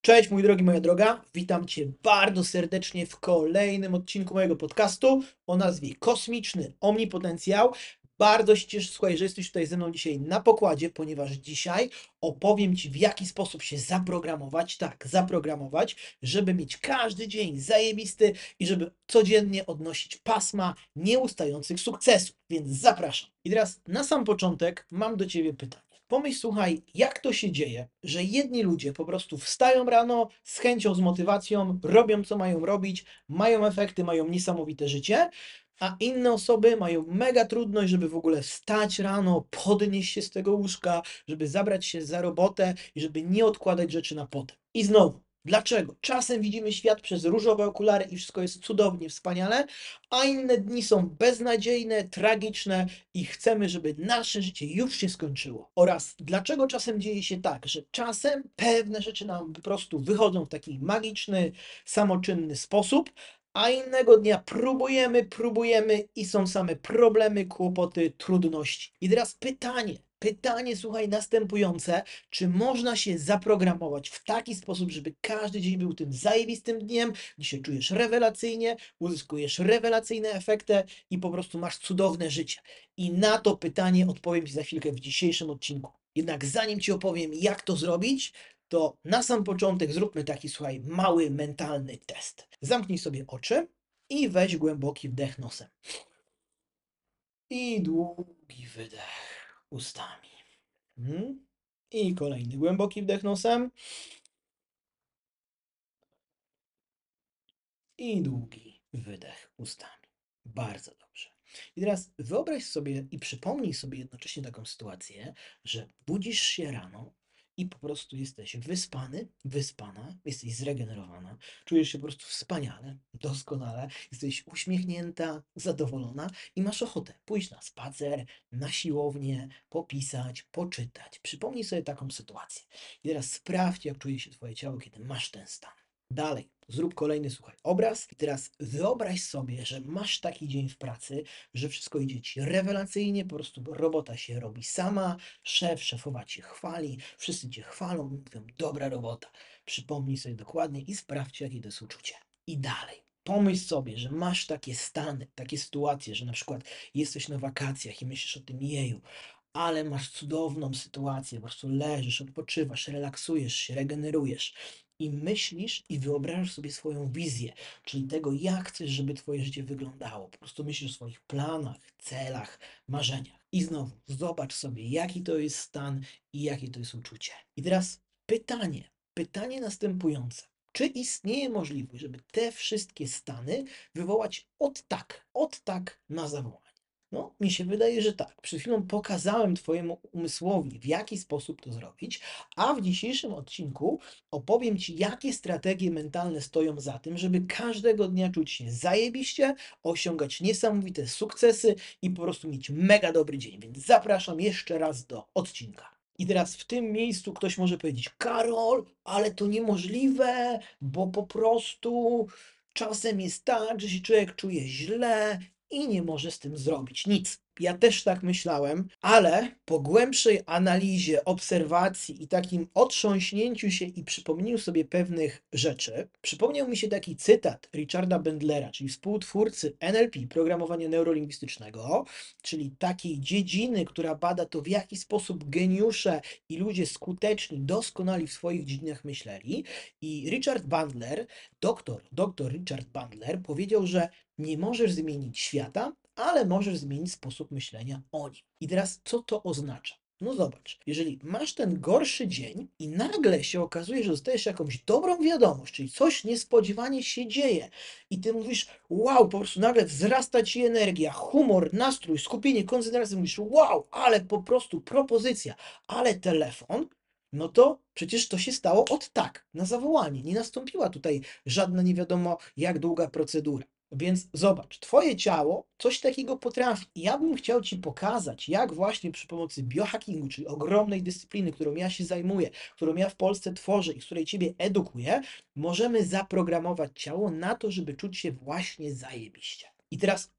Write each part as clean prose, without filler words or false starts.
Cześć mój drogi, moja droga, witam Cię bardzo serdecznie w kolejnym odcinku mojego podcastu o nazwie Kosmiczny Omnipotencjał. Bardzo się cieszę, słuchaj, że jesteś tutaj ze mną dzisiaj na pokładzie, ponieważ dzisiaj opowiem Ci, w jaki sposób się zaprogramować, żeby mieć każdy dzień zajebisty i żeby codziennie odnosić pasma nieustających sukcesów, więc zapraszam. I teraz na sam początek mam do Ciebie pytanie. Pomyśl, słuchaj, jak to się dzieje, że jedni ludzie po prostu wstają rano z chęcią, z motywacją, robią co mają robić, mają efekty, mają niesamowite życie, a inne osoby mają mega trudność, żeby w ogóle wstać rano, podnieść się z tego łóżka, żeby zabrać się za robotę i żeby nie odkładać rzeczy na potem. I znowu, dlaczego? Czasem widzimy świat przez różowe okulary i wszystko jest cudownie, wspaniale, a inne dni są beznadziejne, tragiczne i chcemy, żeby nasze życie już się skończyło. Oraz dlaczego czasem dzieje się tak, że czasem pewne rzeczy nam po prostu wychodzą w taki magiczny, samoczynny sposób, a innego dnia próbujemy i są same problemy, kłopoty, trudności. I teraz pytanie, słuchaj, następujące. Czy można się zaprogramować w taki sposób, żeby każdy dzień był tym zajebistym dniem, gdzie się czujesz rewelacyjnie, uzyskujesz rewelacyjne efekty i po prostu masz cudowne życie? I na to pytanie odpowiem Ci za chwilkę w dzisiejszym odcinku. Jednak zanim Ci opowiem, jak to zrobić, to na sam początek zróbmy taki, słuchaj, mały mentalny test. Zamknij sobie oczy i weź głęboki wdech nosem. I długi wydech ustami. I kolejny głęboki wdech nosem. I długi wydech ustami. Bardzo dobrze. I teraz wyobraź sobie i przypomnij sobie jednocześnie taką sytuację, że budzisz się rano i po prostu jesteś wyspany, wyspana, jesteś zregenerowana, czujesz się po prostu wspaniale, doskonale, jesteś uśmiechnięta, zadowolona i masz ochotę pójść na spacer, na siłownię, popisać, poczytać. Przypomnij sobie taką sytuację. I teraz sprawdź, jak czuje się Twoje ciało, kiedy masz ten stan. Dalej, zrób kolejny, słuchaj, obraz i teraz wyobraź sobie, że masz taki dzień w pracy, że wszystko idzie Ci rewelacyjnie, po prostu robota się robi sama, szefowa Cię chwali, wszyscy Cię chwalą, mówią, dobra robota. Przypomnij sobie dokładnie i sprawdź, jakie to jest uczucie. I dalej. Pomyśl sobie, że masz takie stany, takie sytuacje, że na przykład jesteś na wakacjach i myślisz o tym, jeju, ale masz cudowną sytuację, po prostu leżysz, odpoczywasz, relaksujesz się, regenerujesz i myślisz i wyobrażasz sobie swoją wizję, czyli tego, jak chcesz, żeby Twoje życie wyglądało. Po prostu myślisz o swoich planach, celach, marzeniach. I znowu, zobacz sobie, jaki to jest stan i jakie to jest uczucie. I teraz pytanie następujące. Czy istnieje możliwość, żeby te wszystkie stany wywołać od tak na zawołanie? No, mi się wydaje, że tak. Przed chwilą pokazałem Twojemu umysłowi, w jaki sposób to zrobić, a w dzisiejszym odcinku opowiem Ci, jakie strategie mentalne stoją za tym, żeby każdego dnia czuć się zajebiście, osiągać niesamowite sukcesy i po prostu mieć mega dobry dzień. Więc zapraszam jeszcze raz do odcinka. I teraz w tym miejscu ktoś może powiedzieć: Karol, ale to niemożliwe, bo po prostu czasem jest tak, że się człowiek czuje źle i nie może z tym zrobić nic. Ja też tak myślałem, ale po głębszej analizie, obserwacji i takim otrząśnięciu się i przypomnieniu sobie pewnych rzeczy, przypomniał mi się taki cytat Richarda Bandlera, czyli współtwórcy NLP, programowania neurolingwistycznego, czyli takiej dziedziny, która bada to, w jaki sposób geniusze i ludzie skuteczni, doskonali w swoich dziedzinach myśleli. I Richard Bandler, doktor Richard Bandler powiedział, że nie możesz zmienić świata, ale możesz zmienić sposób myślenia o nim. I teraz co to oznacza? No zobacz, jeżeli masz ten gorszy dzień i nagle się okazuje, że dostajesz jakąś dobrą wiadomość, czyli coś niespodziewanie się dzieje i ty mówisz, wow, po prostu nagle wzrasta ci energia, humor, nastrój, skupienie, koncentracja, mówisz, wow, ale po prostu propozycja, ale telefon, no to przecież to się stało od tak, na zawołanie. Nie nastąpiła tutaj żadna nie wiadomo jak długa procedura. Więc zobacz, Twoje ciało coś takiego potrafi. I ja bym chciał Ci pokazać, jak właśnie przy pomocy biohackingu, czyli ogromnej dyscypliny, którą ja się zajmuję, którą ja w Polsce tworzę i z której Ciebie edukuję, możemy zaprogramować ciało na to, żeby czuć się właśnie zajebiście. I teraz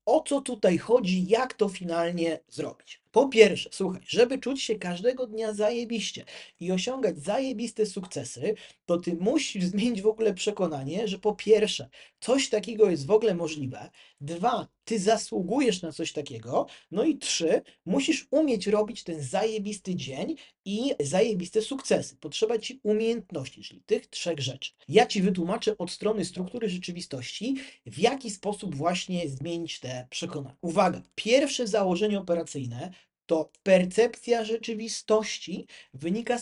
o co tutaj chodzi, jak to finalnie zrobić. Po pierwsze, słuchaj, żeby czuć się każdego dnia zajebiście i osiągać zajebiste sukcesy, to ty musisz zmienić w ogóle przekonanie, że po pierwsze, coś takiego jest w ogóle możliwe, dwa, ty zasługujesz na coś takiego, no i trzy, musisz umieć robić ten zajebisty dzień i zajebiste sukcesy. Potrzeba ci umiejętności, czyli tych trzech rzeczy. Ja ci wytłumaczę od strony struktury rzeczywistości, w jaki sposób właśnie zmienić te przekonania. Uwaga, pierwsze założenie operacyjne to percepcja rzeczywistości wynika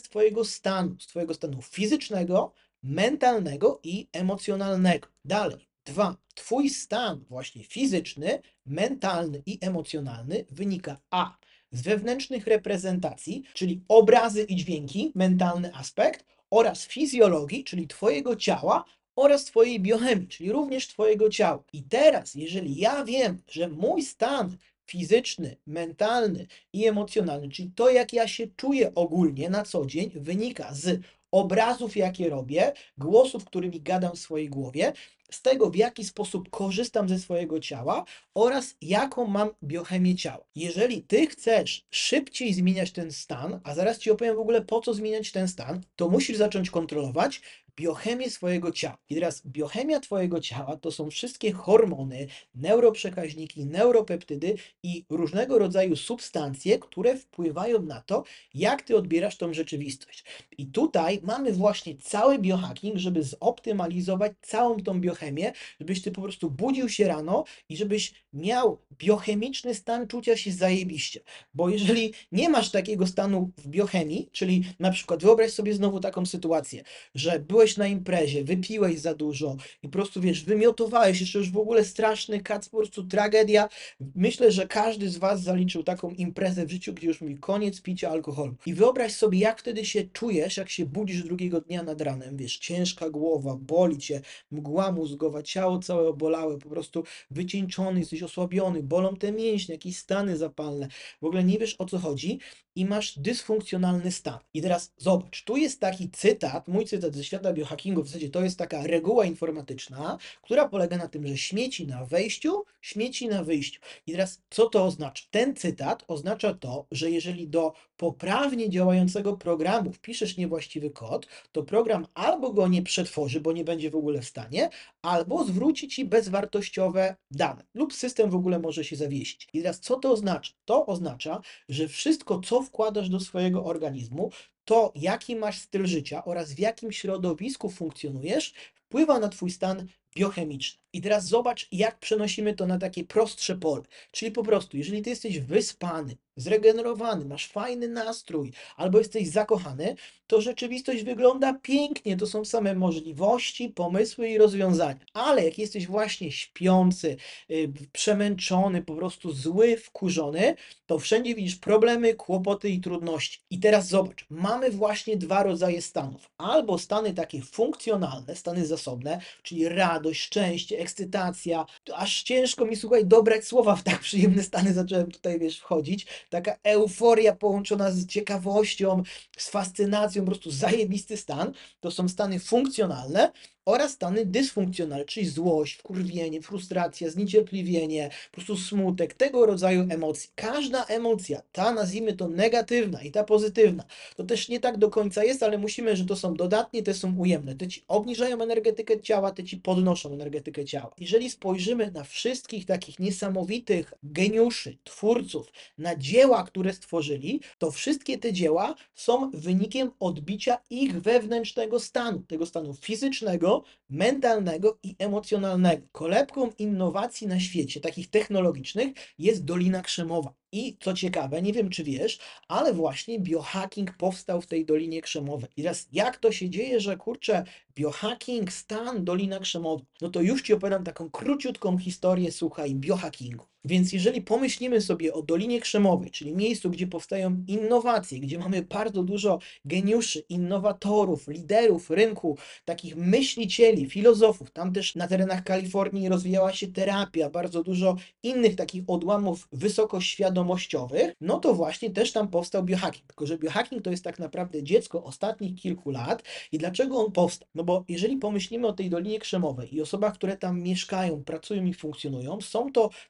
z twojego stanu fizycznego, mentalnego i emocjonalnego. Dalej, dwa, twój stan właśnie fizyczny, mentalny i emocjonalny wynika z wewnętrznych reprezentacji, czyli obrazy i dźwięki, mentalny aspekt, oraz fizjologii, czyli twojego ciała oraz twojej biochemii, czyli również twojego ciała. I teraz, jeżeli ja wiem, że mój stan fizyczny, mentalny i emocjonalny, czyli to, jak ja się czuję ogólnie na co dzień, wynika z obrazów, jakie robię, głosów, którymi gadam w swojej głowie, z tego, w jaki sposób korzystam ze swojego ciała oraz jaką mam biochemię ciała. Jeżeli ty chcesz szybciej zmieniać ten stan, a zaraz ci opowiem w ogóle po co zmieniać ten stan, to musisz zacząć kontrolować biochemię swojego ciała. I teraz biochemia twojego ciała to są wszystkie hormony, neuroprzekaźniki, neuropeptydy i różnego rodzaju substancje, które wpływają na to, jak ty odbierasz tą rzeczywistość. I tutaj mamy właśnie cały biohacking, żeby zoptymalizować całą tą biochemię, żebyś ty po prostu budził się rano i żebyś miał biochemiczny stan czucia się zajebiście. Bo jeżeli nie masz takiego stanu w biochemii, czyli na przykład wyobraź sobie znowu taką sytuację, że byłeś na imprezie, wypiłeś za dużo i po prostu wiesz, wymiotowałeś, jeszcze już w ogóle straszny kac, po prostu tragedia. Myślę, że każdy z was zaliczył taką imprezę w życiu, gdzie już mówi koniec picia alkoholu. I wyobraź sobie, jak wtedy się czujesz, jak się budzisz drugiego dnia nad ranem, wiesz, ciężka głowa, boli cię, mgła mózgowa, ciało całe obolałe, po prostu wycieńczony, jesteś osłabiony, bolą te mięśnie, jakieś stany zapalne, w ogóle nie wiesz o co chodzi i masz dysfunkcjonalny stan. I teraz zobacz, tu jest taki cytat, mój cytat ze świata biohackingu, w zasadzie to jest taka reguła informatyczna, która polega na tym, że śmieci na wejściu, śmieci na wyjściu. I teraz co to oznacza? Ten cytat oznacza to, że jeżeli do poprawnie działającego programu wpiszesz niewłaściwy kod, to program albo go nie przetworzy, bo nie będzie w ogóle w stanie, albo zwróci ci bezwartościowe dane, lub system w ogóle może się zawiesić. I teraz co to oznacza? To oznacza, że wszystko, co wkładasz do swojego organizmu, to jaki masz styl życia oraz w jakim środowisku funkcjonujesz, wpływa na twój stan biochemiczny. I teraz zobacz, jak przenosimy to na takie prostsze pole. Czyli po prostu, jeżeli ty jesteś wyspany, zregenerowany, masz fajny nastrój, albo jesteś zakochany, to rzeczywistość wygląda pięknie. To są same możliwości, pomysły i rozwiązania. Ale jak jesteś właśnie śpiący, przemęczony, po prostu zły, wkurzony, to wszędzie widzisz problemy, kłopoty i trudności. I teraz zobacz, mamy właśnie dwa rodzaje stanów. Albo stany takie funkcjonalne, stany zasobne, czyli radość, szczęście, ekscytacja. To aż ciężko mi, słuchaj, dobrać słowa w tak przyjemne stany zacząłem tutaj, wiesz, wchodzić. Taka euforia połączona z ciekawością, z fascynacją, po prostu zajebisty stan. To są stany funkcjonalne oraz stany dysfunkcjonalne, czyli złość, wkurwienie, frustracja, zniecierpliwienie, po prostu smutek, tego rodzaju emocje. Każda emocja, ta nazwijmy to negatywna i ta pozytywna, to też nie tak do końca jest, ale musimy, że to są dodatnie, te są ujemne. Te ci obniżają energetykę ciała, te ci podnoszą energetykę ciała. Jeżeli spojrzymy na wszystkich takich niesamowitych geniuszy, twórców, na dzieła, które stworzyli, to wszystkie te dzieła są wynikiem odbicia ich wewnętrznego stanu, tego stanu fizycznego, mentalnego i emocjonalnego. Kolebką innowacji na świecie, takich technologicznych, jest Dolina Krzemowa. I co ciekawe, nie wiem czy wiesz, ale właśnie biohacking powstał w tej Dolinie Krzemowej. I teraz jak to się dzieje, że kurczę, biohacking, stan, Dolina Krzemowa? No to już ci opowiadam taką króciutką historię, słuchaj, biohackingu. Więc jeżeli pomyślimy sobie o Dolinie Krzemowej, czyli miejscu, gdzie powstają innowacje, gdzie mamy bardzo dużo geniuszy, innowatorów, liderów rynku, takich myślicieli, filozofów, tam też na terenach Kalifornii rozwijała się terapia, bardzo dużo innych takich odłamów wysokoświadomościowych, no to właśnie też tam powstał biohacking. Tylko że biohacking to jest tak naprawdę dziecko ostatnich kilku lat. I dlaczego on powstał? No bo jeżeli pomyślimy o tej Dolinie Krzemowej i osobach, które tam mieszkają, pracują i funkcjonują, są to tak zwani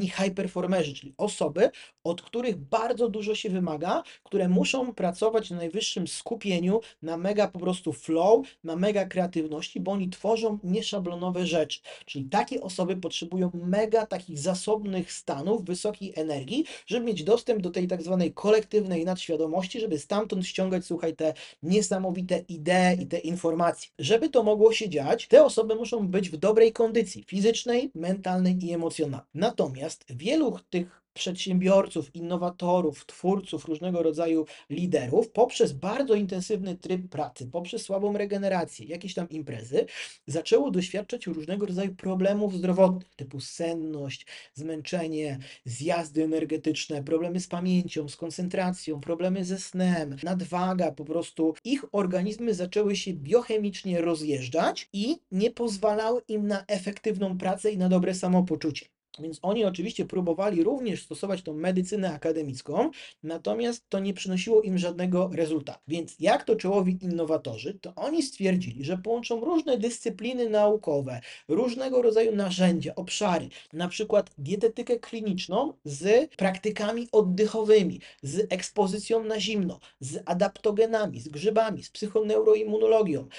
zwani high performerzy, czyli osoby, od których bardzo dużo się wymaga, które muszą pracować na najwyższym skupieniu, na mega po prostu flow, na mega kreatywności, bo oni tworzą nieszablonowe rzeczy. Czyli takie osoby potrzebują mega takich zasobnych stanów wysokiej energii, żeby mieć dostęp do tej tak zwanej kolektywnej nadświadomości, żeby stamtąd ściągać, słuchaj, te niesamowite idee i te informacje. Żeby to mogło się dziać, te osoby muszą być w dobrej kondycji fizycznej, mentalnej i emocjonalnej. Natomiast wielu tych przedsiębiorców, innowatorów, twórców, różnego rodzaju liderów, poprzez bardzo intensywny tryb pracy, poprzez słabą regenerację, jakieś tam imprezy, zaczęło doświadczać różnego rodzaju problemów zdrowotnych, typu senność, zmęczenie, zjazdy energetyczne, problemy z pamięcią, z koncentracją, problemy ze snem, nadwaga, po prostu ich organizmy zaczęły się biochemicznie rozjeżdżać i nie pozwalały im na efektywną pracę i na dobre samopoczucie. Więc oni oczywiście próbowali również stosować tą medycynę akademicką, natomiast to nie przynosiło im żadnego rezultatu. Więc jak to czołowi innowatorzy, to oni stwierdzili, że połączą różne dyscypliny naukowe, różnego rodzaju narzędzia, obszary, na przykład dietetykę kliniczną z praktykami oddechowymi, z ekspozycją na zimno, z adaptogenami, z grzybami, z psychoneuroimmunologią,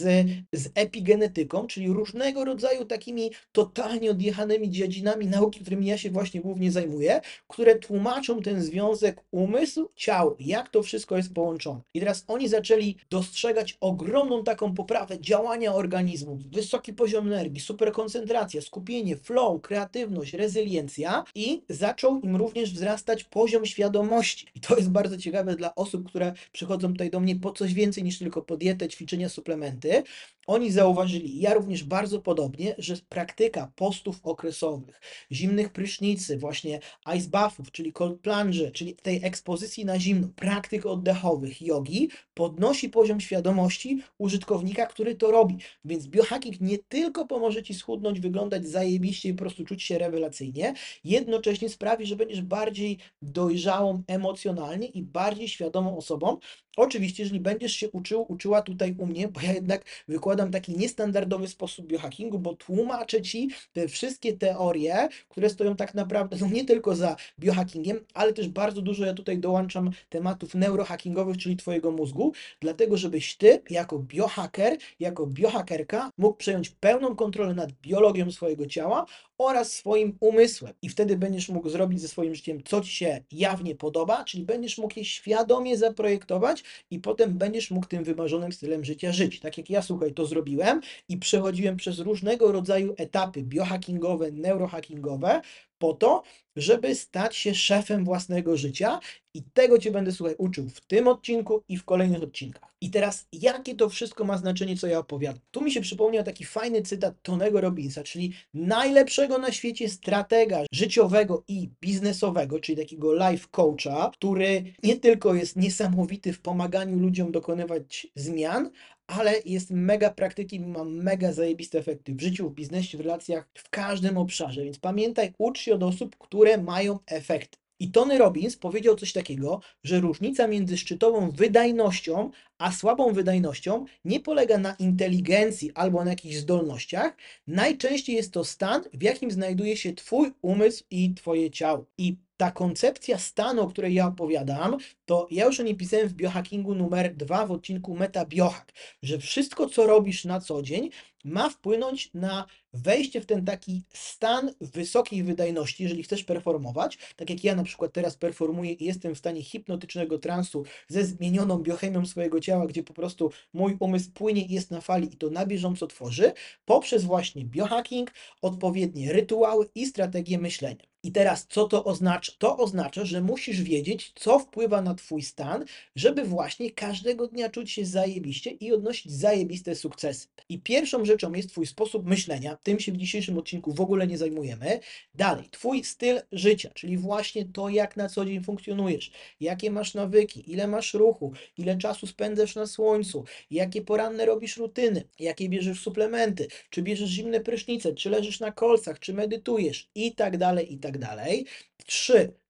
z epigenetyką, czyli różnego rodzaju takimi totalnie odjechanymi dziedzinami nauki, którymi ja się właśnie głównie zajmuję, które tłumaczą ten związek umysł-ciało, jak to wszystko jest połączone. I teraz oni zaczęli dostrzegać ogromną taką poprawę działania organizmu, wysoki poziom energii, superkoncentracja, skupienie, flow, kreatywność, rezyliencja i zaczął im również wzrastać poziom świadomości. I to jest bardzo ciekawe dla osób, które przychodzą tutaj do mnie po coś więcej niż tylko po dietę, ćwiczenia, suplementy. Oni zauważyli, ja również bardzo podobnie, że praktyka postów okresowych, zimnych prysznicy, właśnie ice bathów, czyli cold plunge, czyli tej ekspozycji na zimno, praktyk oddechowych, jogi, podnosi poziom świadomości użytkownika, który to robi. Więc biohacking nie tylko pomoże Ci schudnąć, wyglądać zajebiście i po prostu czuć się rewelacyjnie, jednocześnie sprawi, że będziesz bardziej dojrzałą emocjonalnie i bardziej świadomą osobą. Oczywiście, jeżeli będziesz się uczyła tutaj u mnie, bo ja jednak wykładam taki niestandardowy sposób biohackingu, bo tłumaczę Ci te wszystkie teorie, które stoją tak naprawdę no nie tylko za biohackingiem, ale też bardzo dużo ja tutaj dołączam tematów neurohackingowych, czyli Twojego mózgu, dlatego żebyś Ty jako biohacker, jako biohackerka mógł przejąć pełną kontrolę nad biologią swojego ciała oraz swoim umysłem. I wtedy będziesz mógł zrobić ze swoim życiem, co Ci się jawnie podoba, czyli będziesz mógł je świadomie zaprojektować i potem będziesz mógł tym wymarzonym stylem życia żyć. Tak jak ja, słuchaj, to zrobiłem i przechodziłem przez różnego rodzaju etapy biohackingowe, neurohackingowe po to, żeby stać się szefem własnego życia i tego Cię będę, słuchaj, uczył w tym odcinku i w kolejnych odcinkach. I teraz, jakie to wszystko ma znaczenie, co ja opowiadam? Tu mi się przypomniał taki fajny cytat Tonego Robbinsa, czyli najlepszego na świecie stratega życiowego i biznesowego, czyli takiego life coacha, który nie tylko jest niesamowity w pomaganiu ludziom dokonywać zmian, ale jest mega praktykiem i ma mega zajebiste efekty w życiu, w biznesie, w relacjach, w każdym obszarze. Więc pamiętaj, ucz się od osób, które mają efekt. I Tony Robbins powiedział coś takiego, że różnica między szczytową wydajnością a słabą wydajnością nie polega na inteligencji albo na jakichś zdolnościach. Najczęściej jest to stan, w jakim znajduje się Twój umysł i Twoje ciało. I ta koncepcja stanu, o której ja opowiadam, to ja już o niej pisałem w biohackingu numer 2 w odcinku Meta Biohack, że wszystko, co robisz na co dzień, ma wpłynąć na wejście w ten taki stan wysokiej wydajności, jeżeli chcesz performować, tak jak ja na przykład teraz performuję i jestem w stanie hipnotycznego transu ze zmienioną biochemią swojego ciała, gdzie po prostu mój umysł płynie i jest na fali i to na bieżąco tworzy, poprzez właśnie biohacking, odpowiednie rytuały i strategie myślenia. I teraz, co to oznacza? To oznacza, że musisz wiedzieć, co wpływa na Twój stan, żeby właśnie każdego dnia czuć się zajebiście i odnosić zajebiste sukcesy. I pierwszą rzeczą jest Twój sposób myślenia, tym się w dzisiejszym odcinku w ogóle nie zajmujemy. Dalej, Twój styl życia, czyli właśnie to, jak na co dzień funkcjonujesz, jakie masz nawyki, ile masz ruchu, ile czasu spędzasz na słońcu, jakie poranne robisz rutyny, jakie bierzesz suplementy, czy bierzesz zimne prysznice, czy leżysz na kolcach, czy medytujesz i tak dalej, i tak dalej. 3.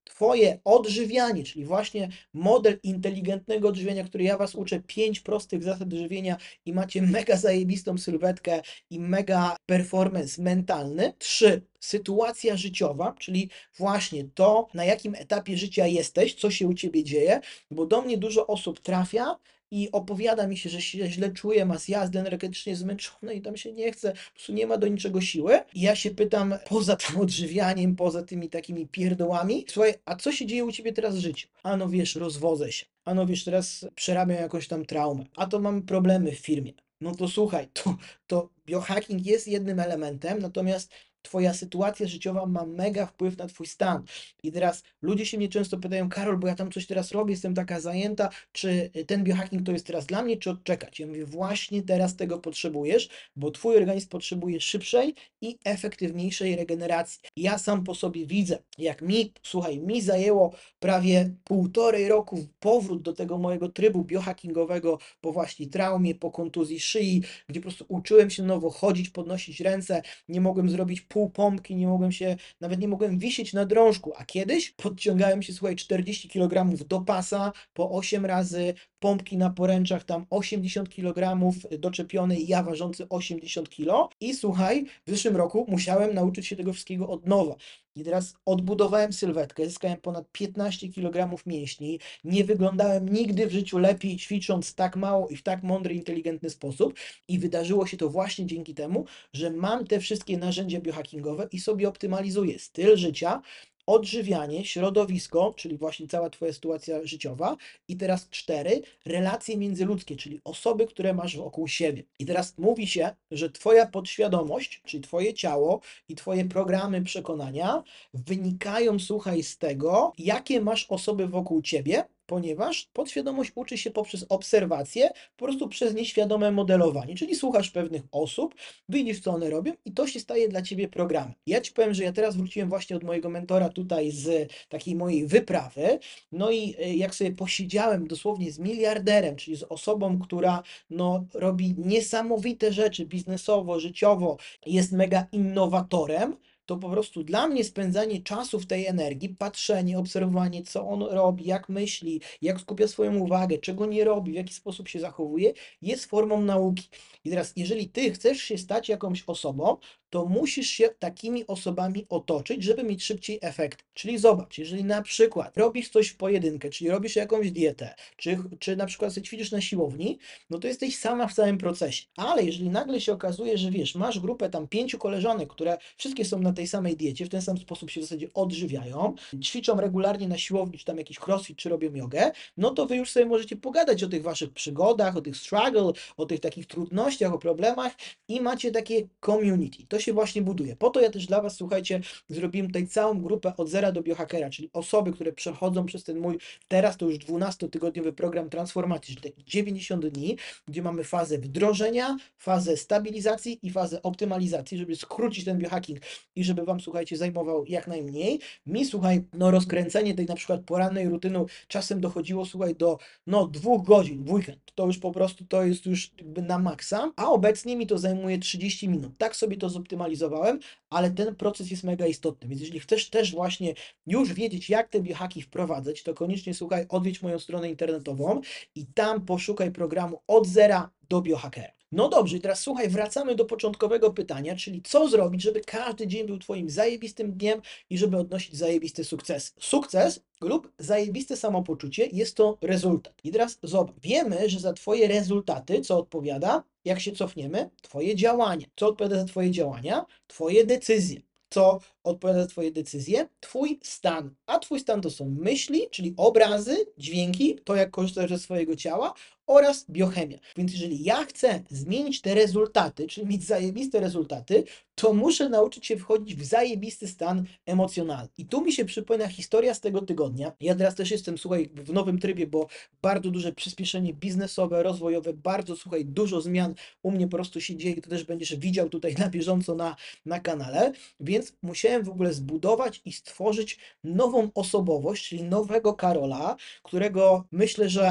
Twoje odżywianie, czyli właśnie model inteligentnego odżywiania, który ja Was uczę, 5 prostych zasad żywienia i macie mega zajebistą sylwetkę i mega performance mentalny. 3. Sytuacja życiowa, czyli właśnie to, na jakim etapie życia jesteś, co się u Ciebie dzieje, bo do mnie dużo osób trafia i opowiada mi się, że się źle czuje, ma zjazdy energetycznie zmęczony i tam się nie chce, po prostu nie ma do niczego siły. I ja się pytam, poza tym odżywianiem, poza tymi takimi pierdołami, słuchaj, a co się dzieje u Ciebie teraz w życiu? A no wiesz, rozwodzę się. A no wiesz, teraz przerabiam jakąś tam traumę. A to mam problemy w firmie. No to słuchaj, to biohacking jest jednym elementem, natomiast Twoja sytuacja życiowa ma mega wpływ na Twój stan. I teraz ludzie się mnie często pytają, Karol, bo ja tam coś teraz robię, jestem taka zajęta, czy ten biohacking to jest teraz dla mnie, czy odczekać? Ja mówię, właśnie teraz tego potrzebujesz, bo Twój organizm potrzebuje szybszej i efektywniejszej regeneracji. Ja sam po sobie widzę, jak słuchaj, mi zajęło prawie 1,5 roku powrót do tego mojego trybu biohackingowego po właśnie traumie, po kontuzji szyi, gdzie po prostu uczyłem się nowo chodzić, podnosić ręce, nie mogłem zrobić pół pompki, nawet nie mogłem wisieć na drążku, a kiedyś podciągałem się, słuchaj, 40 kg do pasa po 8 razy, pompki na poręczach, tam 80 kg doczepione i ja ważący 80 kg i słuchaj, w zeszłym roku musiałem nauczyć się tego wszystkiego od nowa. I teraz odbudowałem sylwetkę, zyskałem ponad 15 kg mięśni, nie wyglądałem nigdy w życiu lepiej ćwicząc tak mało i w tak mądry, inteligentny sposób i wydarzyło się to właśnie dzięki temu, że mam te wszystkie narzędzia biohackingowe i sobie optymalizuję styl życia, odżywianie, środowisko, czyli właśnie cała Twoja sytuacja życiowa. I teraz 4, relacje międzyludzkie, czyli osoby, które masz wokół siebie. I teraz mówi się, że Twoja podświadomość, czyli Twoje ciało i Twoje programy przekonania wynikają, słuchaj, z tego, jakie masz osoby wokół Ciebie, ponieważ podświadomość uczy się poprzez obserwację, po prostu przez nieświadome modelowanie, czyli słuchasz pewnych osób, widzisz, co one robią i to się staje dla Ciebie programem. Ja Ci powiem, że ja teraz wróciłem właśnie od mojego mentora tutaj z takiej mojej wyprawy, no i jak sobie posiedziałem dosłownie z miliarderem, czyli z osobą, która no, robi niesamowite rzeczy biznesowo, życiowo, jest mega innowatorem, to po prostu dla mnie spędzanie czasu w tej energii, patrzenie, obserwowanie, co on robi, jak myśli, jak skupia swoją uwagę, czego nie robi, w jaki sposób się zachowuje, jest formą nauki. I teraz, jeżeli ty chcesz się stać jakąś osobą, to musisz się takimi osobami otoczyć, żeby mieć szybciej efekt. Czyli zobacz, jeżeli na przykład robisz coś w pojedynkę, czyli robisz jakąś dietę, czy na przykład sobie ćwiczysz na siłowni, no to jesteś sama w całym procesie. Ale jeżeli nagle się okazuje, że wiesz, masz grupę tam 5 koleżanek, które wszystkie są na tej samej diecie, w ten sam sposób się w zasadzie odżywiają, ćwiczą regularnie na siłowni, czy tam jakiś crossfit, czy robią jogę, no to wy już sobie możecie pogadać o tych waszych przygodach, o tych struggle, o tych takich trudnościach, o problemach i macie takie community. To się właśnie buduje. Po to ja też dla was, słuchajcie, zrobiłem tutaj całą grupę od zera do biohackera, czyli osoby, które przechodzą przez ten mój, teraz to już 12-tygodniowy program transformacji, czyli taki 90 dni, gdzie mamy fazę wdrożenia, fazę stabilizacji i fazę optymalizacji, żeby skrócić ten biohacking i żeby wam, słuchajcie, zajmował jak najmniej. Mi, słuchaj, no rozkręcenie tej na przykład porannej rutyny czasem dochodziło, słuchaj, do 2 godzin w weekend. To już po prostu, to jest już jakby na maksa, a obecnie mi to zajmuje 30 minut. Tak sobie to zoptymalizowałem, ale ten proces jest mega istotny, więc jeśli chcesz też właśnie już wiedzieć, jak te biohacki wprowadzać, to koniecznie, słuchaj, odwiedź moją stronę internetową i tam poszukaj programu od zera do biohackera. No dobrze, i teraz słuchaj, wracamy do początkowego pytania, czyli co zrobić, żeby każdy dzień był Twoim zajebistym dniem i żeby odnosić zajebisty sukces. Sukces lub zajebiste samopoczucie jest to rezultat. I teraz zobacz, wiemy, że za Twoje rezultaty, co odpowiada, jak się cofniemy, Twoje działania. Co odpowiada za Twoje działania? Twoje decyzje. Co odpowiada za Twoje decyzje? Twój stan. A Twój stan to są myśli, czyli obrazy, dźwięki, to jak korzystasz ze swojego ciała oraz biochemia. Więc jeżeli ja chcę zmienić te rezultaty, czyli mieć zajebiste rezultaty, to muszę nauczyć się wchodzić w zajebisty stan emocjonalny. I tu mi się przypomina historia z tego tygodnia. Ja teraz też jestem, słuchaj, w nowym trybie, bo bardzo duże przyspieszenie biznesowe, rozwojowe, bardzo, słuchaj, dużo zmian u mnie po prostu się dzieje, to też będziesz widział tutaj na bieżąco na kanale, więc musiałem w ogóle zbudować i stworzyć nową osobowość, czyli nowego Karola, którego myślę, że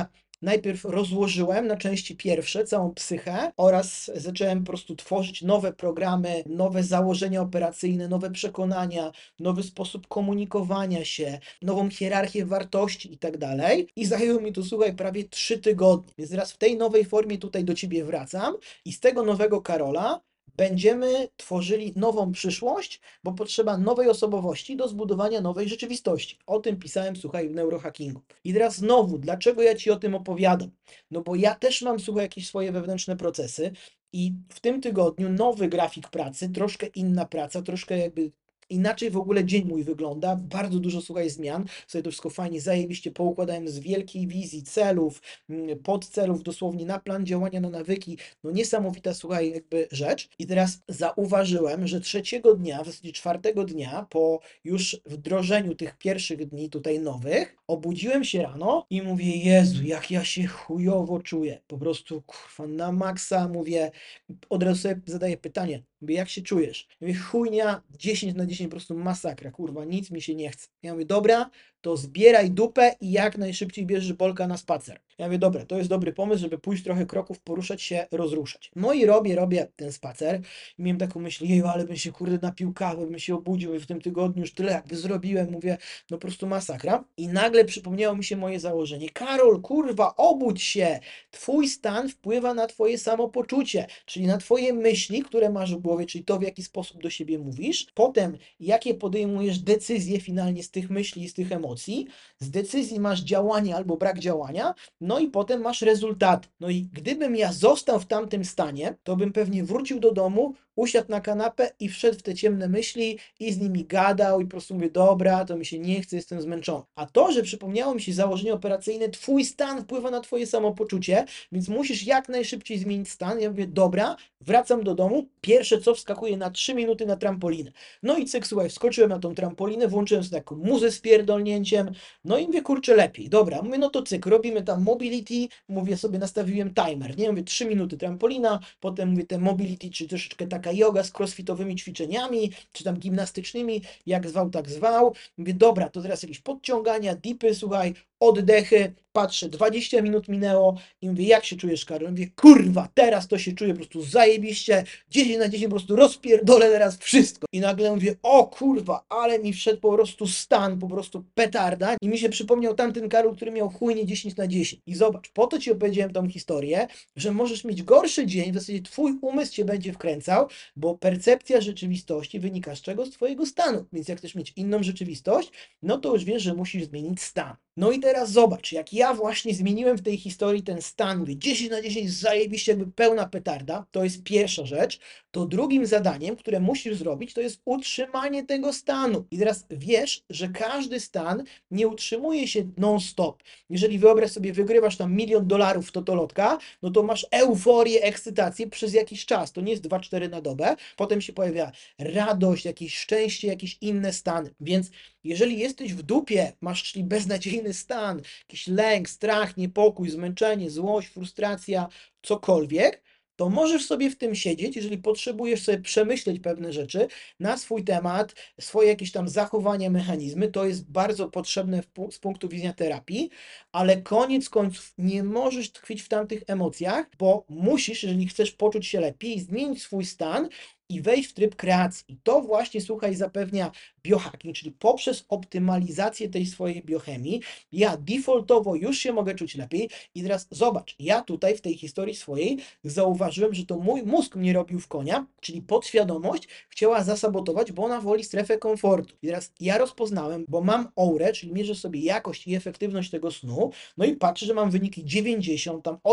najpierw rozłożyłem na części pierwsze całą psychę oraz zacząłem po prostu tworzyć nowe programy, nowe założenia operacyjne, nowe przekonania, nowy sposób komunikowania się, nową hierarchię wartości i tak dalej. I zajęło mi to, słuchaj, prawie 3 tygodnie. Więc teraz w tej nowej formie tutaj do ciebie wracam i z tego nowego Karola będziemy tworzyli nową przyszłość, bo potrzeba nowej osobowości do zbudowania nowej rzeczywistości. O tym pisałem, słuchaj, w neurohackingu. I teraz znowu, dlaczego ja ci o tym opowiadam? No bo ja też mam, słuchaj, jakieś swoje wewnętrzne procesy i w tym tygodniu nowy grafik pracy, troszkę inna praca, troszkę jakby inaczej w ogóle dzień mój wygląda, bardzo dużo, słuchaj, zmian, sobie to wszystko fajnie, zajebiście poukładałem z wielkiej wizji, celów, podcelów, dosłownie na plan działania, na nawyki, no niesamowita, słuchaj, jakby rzecz. I teraz zauważyłem, że trzeciego dnia, w zasadzie czwartego dnia, po już wdrożeniu tych pierwszych dni tutaj nowych, obudziłem się rano i mówię, Jezu, jak ja się chujowo czuję, po prostu, kurwa, na maksa, mówię, od razu sobie zadaję pytanie, mówię, jak się czujesz? Ja mówię, chujnia, 10 na 10, po prostu masakra, kurwa, nic mi się nie chce. Ja mówię, dobra, to zbieraj dupę i jak najszybciej bierzesz Bolka na spacer. Ja mówię, dobra, to jest dobry pomysł, żeby pójść trochę kroków, poruszać się, rozruszać. No i robię ten spacer i miałem taką myśl, jeju, ale bym się, kurde, napił kawy, bym się obudził i w tym tygodniu już tyle jakby zrobiłem, mówię, no po prostu masakra. I nagle przypomniało mi się moje założenie, Karol, kurwa, obudź się, twój stan wpływa na twoje samopoczucie, czyli na twoje myśli, które masz w głowie, czyli to, w jaki sposób do siebie mówisz, potem jakie podejmujesz decyzje finalnie z tych myśli i z tych emocji, z decyzji masz działanie albo brak działania, no i potem masz rezultat. No i gdybym ja został w tamtym stanie, to bym pewnie wrócił do domu, usiadł na kanapę i wszedł w te ciemne myśli i z nimi gadał i po prostu mówię, dobra, to mi się nie chce, jestem zmęczony. A to, że przypomniało mi się założenie operacyjne, twój stan wpływa na twoje samopoczucie, więc musisz jak najszybciej zmienić stan. Ja mówię, dobra, wracam do domu, pierwsze co, wskakuję na 3 minuty na trampolinę. No i cyk, słuchaj, wskoczyłem na tą trampolinę, włączyłem sobie taką muzę z pierdolnięciem, no i mówię, kurczę, lepiej. Dobra, mówię, no to cyk, robimy tam mobility, mówię sobie, nastawiłem timer, nie? Mówię, 3 minuty trampolina, potem mówię, te mobility, czy troszeczkę taka yoga z crossfitowymi ćwiczeniami, czy tam gimnastycznymi, jak zwał, tak zwał. Mówię, dobra, to teraz jakieś podciągania, dipy, słuchaj, oddechy, patrzę, 20 minut minęło i mówię, jak się czujesz, Karol? Mówię, kurwa, teraz to się czuję po prostu zajebiście, 10 na 10 po prostu rozpierdolę teraz wszystko. I nagle mówię, o kurwa, ale mi wszedł po prostu stan, po prostu petarda i mi się przypomniał tamten Karol, który miał chujnie 10 na 10. I zobacz, po to ci opowiedziałem tą historię, że możesz mieć gorszy dzień, w zasadzie twój umysł cię będzie wkręcał, bo percepcja rzeczywistości wynika z czego? Z twojego stanu. Więc jak chcesz mieć inną rzeczywistość, no to już wiesz, że musisz zmienić stan. No i teraz zobacz, jak ja właśnie zmieniłem w tej historii ten stan, mówię 10 na 10, zajebiście, jakby pełna petarda, to jest pierwsza rzecz, to drugim zadaniem, które musisz zrobić, to jest utrzymanie tego stanu. I teraz wiesz, że każdy stan nie utrzymuje się non-stop. Jeżeli wyobraź sobie, wygrywasz tam $1 000 000 w totolotka, no to masz euforię, ekscytację przez jakiś czas. To nie jest 2-4 na dobę. Potem się pojawia radość, jakieś szczęście, jakieś inne stany. Więc jeżeli jesteś w dupie, masz czyli beznadziejny stan, jakiś lęk, strach, niepokój, zmęczenie, złość, frustracja, cokolwiek, to możesz sobie w tym siedzieć, jeżeli potrzebujesz sobie przemyśleć pewne rzeczy na swój temat, swoje jakieś tam zachowania, mechanizmy, to jest bardzo potrzebne z punktu widzenia terapii, ale koniec końców nie możesz tkwić w tamtych emocjach, bo musisz, jeżeli chcesz poczuć się lepiej, zmienić swój stan i wejść w tryb kreacji. I to właśnie, słuchaj, zapewnia biohacking, czyli poprzez optymalizację tej swojej biochemii, ja defaultowo już się mogę czuć lepiej. I teraz zobacz, ja tutaj w tej historii swojej zauważyłem, że to mój mózg mnie robił w konia, czyli podświadomość chciała zasabotować, bo ona woli strefę komfortu. I teraz ja rozpoznałem, bo mam aurę, czyli mierzę sobie jakość i efektywność tego snu, no i patrzę, że mam wyniki 90, tam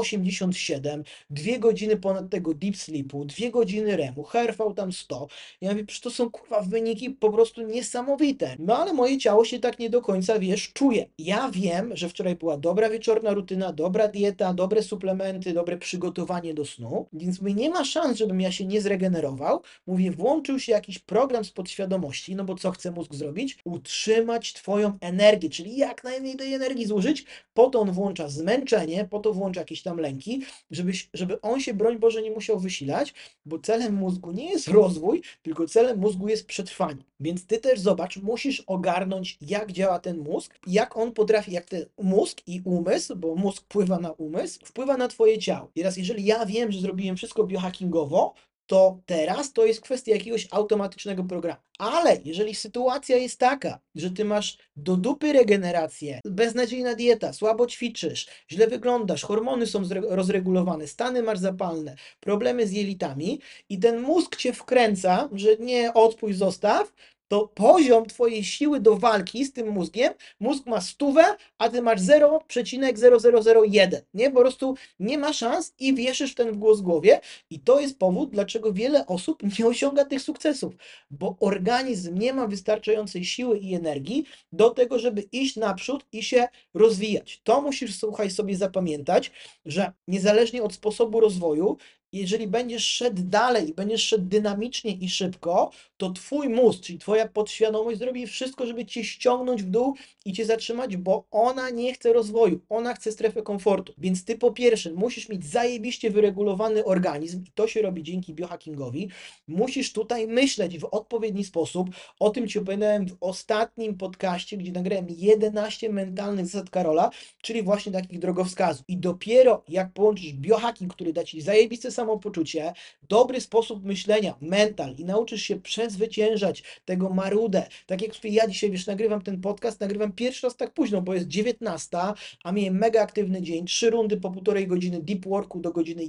87, 2 godziny ponad tego deep sleepu, 2 godziny REM-u, HRV tam 100. Ja mówię, przecież to są kurwa wyniki po prostu niesamowite. No ale moje ciało się tak nie do końca, wiesz, czuje. Ja wiem, że wczoraj była dobra wieczorna rutyna, dobra dieta, dobre suplementy, dobre przygotowanie do snu, więc my nie ma szans, żebym ja się nie zregenerował. Mówię, włączył się jakiś program z podświadomości, no bo co chce mózg zrobić? Utrzymać twoją energię, czyli jak najmniej tej energii zużyć. Po to on włącza zmęczenie, po to włącza jakieś tam lęki, żeby on się, broń Boże, nie musiał wysilać, bo celem mózgu nie jest rozwój, tylko celem mózgu jest przetrwanie. Więc ty też zobacz, musisz ogarnąć, jak działa ten mózg, jak on potrafi, jak ten mózg i umysł, bo mózg wpływa na umysł, wpływa na twoje ciało. I teraz, jeżeli ja wiem, że zrobiłem wszystko biohackingowo, to teraz to jest kwestia jakiegoś automatycznego programu. Ale jeżeli sytuacja jest taka, że ty masz do dupy regenerację, beznadziejna dieta, słabo ćwiczysz, źle wyglądasz, hormony są rozregulowane, stany masz zapalne, problemy z jelitami i ten mózg cię wkręca, że nie, odpuść, zostaw, to poziom twojej siły do walki z tym mózgiem, mózg ma 100, a ty masz 0,0001, nie? Po prostu nie ma szans i wieszysz w ten głos w głowie i to jest powód, dlaczego wiele osób nie osiąga tych sukcesów, bo organizm nie ma wystarczającej siły i energii do tego, żeby iść naprzód i się rozwijać. To musisz, słuchaj, sobie zapamiętać, że niezależnie od sposobu rozwoju, jeżeli będziesz szedł dalej, będziesz szedł dynamicznie i szybko, to twój mózg, czyli twoja podświadomość zrobi wszystko, żeby cię ściągnąć w dół i cię zatrzymać, bo ona nie chce rozwoju, ona chce strefę komfortu. Więc ty po pierwsze musisz mieć zajebiście wyregulowany organizm i to się robi dzięki biohackingowi. Musisz tutaj myśleć w odpowiedni sposób. O tym ci opowiadałem w ostatnim podcaście, gdzie nagrałem 11 mentalnych zasad Karola, czyli właśnie takich drogowskazów. I dopiero jak połączysz biohacking, który da ci zajebiste samopoczucie, dobry sposób myślenia, mental i nauczysz się przezwyciężać tego marudę. Tak jak ja dzisiaj, wiesz, nagrywam ten podcast, nagrywam pierwszy raz tak późno, bo jest 19, a miałem mega aktywny dzień, 3 rundy po 1,5 godziny deep worku do godziny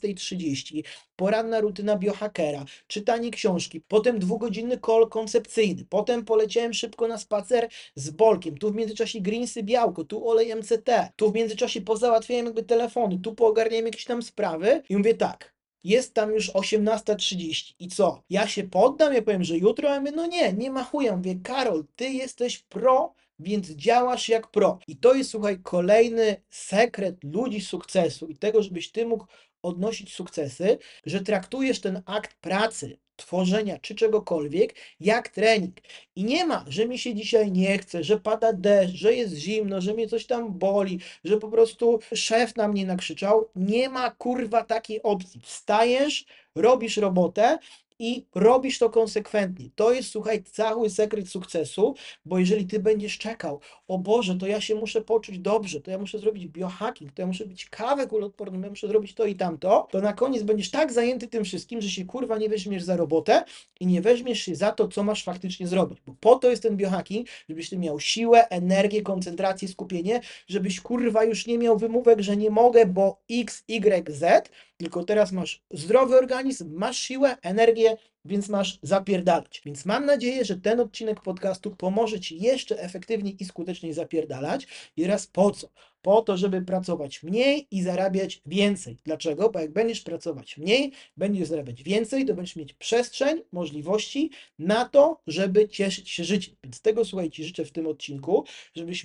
11:30, poranna rutyna biohackera, czytanie książki, potem 2-godzinny call koncepcyjny, potem poleciałem szybko na spacer z Bolkiem, tu w międzyczasie greensy białko, tu olej MCT, tu w międzyczasie pozałatwiałem jakby telefony, tu poogarniałem jakieś tam sprawy i mówię tak, jest tam już 18:30 i co? Ja się poddam, ja powiem, że jutro, ja mówię, no nie, nie ma chuja, mówię, Karol, ty jesteś pro, więc działasz jak pro. I to jest, słuchaj, kolejny sekret ludzi sukcesu i tego, żebyś ty mógł odnosić sukcesy, że traktujesz ten akt pracy, tworzenia czy czegokolwiek jak trening. I nie ma, że mi się dzisiaj nie chce, że pada deszcz, że jest zimno, że mnie coś tam boli, że po prostu szef na mnie nakrzyczał. Nie ma kurwa takiej opcji. Wstajesz, robisz robotę i robisz to konsekwentnie. To jest, słuchaj, cały sekret sukcesu, bo jeżeli ty będziesz czekał, o Boże, to ja się muszę poczuć dobrze, to ja muszę zrobić biohacking, to ja muszę pić kawę kuloodporną, ja muszę zrobić to i tamto, to na koniec będziesz tak zajęty tym wszystkim, że się kurwa nie weźmiesz za robotę i nie weźmiesz się za to, co masz faktycznie zrobić. Bo po to jest ten biohacking, żebyś ty miał siłę, energię, koncentrację, skupienie, żebyś kurwa już nie miał wymówek, że nie mogę, bo X, Y, Z, tylko teraz masz zdrowy organizm, masz siłę, energię, więc masz zapierdalać. Więc mam nadzieję, że ten odcinek podcastu pomoże ci jeszcze efektywniej i skuteczniej zapierdalać. I raz po co? Po to, żeby pracować mniej i zarabiać więcej. Dlaczego? Bo jak będziesz pracować mniej, będziesz zarabiać więcej, to będziesz mieć przestrzeń, możliwości na to, żeby cieszyć się życiem. Więc tego, słuchaj, ci życzę w tym odcinku, żebyś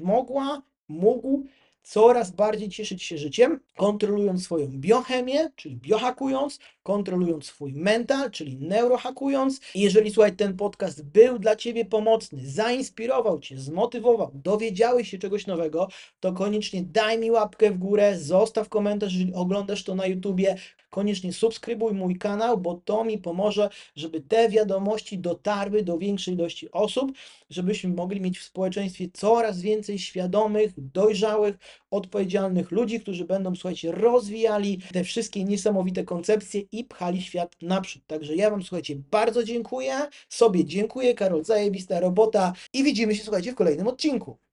mógł coraz bardziej cieszyć się życiem, kontrolując swoją biochemię, czyli biohakując, kontrolując swój mental, czyli neurohakując. I jeżeli, słuchaj, ten podcast był dla ciebie pomocny, zainspirował cię, zmotywował, dowiedziałeś się czegoś nowego, to koniecznie daj mi łapkę w górę, zostaw komentarz, jeżeli oglądasz to na YouTubie, koniecznie subskrybuj mój kanał, bo to mi pomoże, żeby te wiadomości dotarły do większej ilości osób, żebyśmy mogli mieć w społeczeństwie coraz więcej świadomych, dojrzałych, odpowiedzialnych ludzi, którzy będą, słuchajcie, rozwijali te wszystkie niesamowite koncepcje i pchali świat naprzód. Także ja wam, słuchajcie, bardzo dziękuję, sobie dziękuję, Karol, zajebista robota i widzimy się, słuchajcie, w kolejnym odcinku.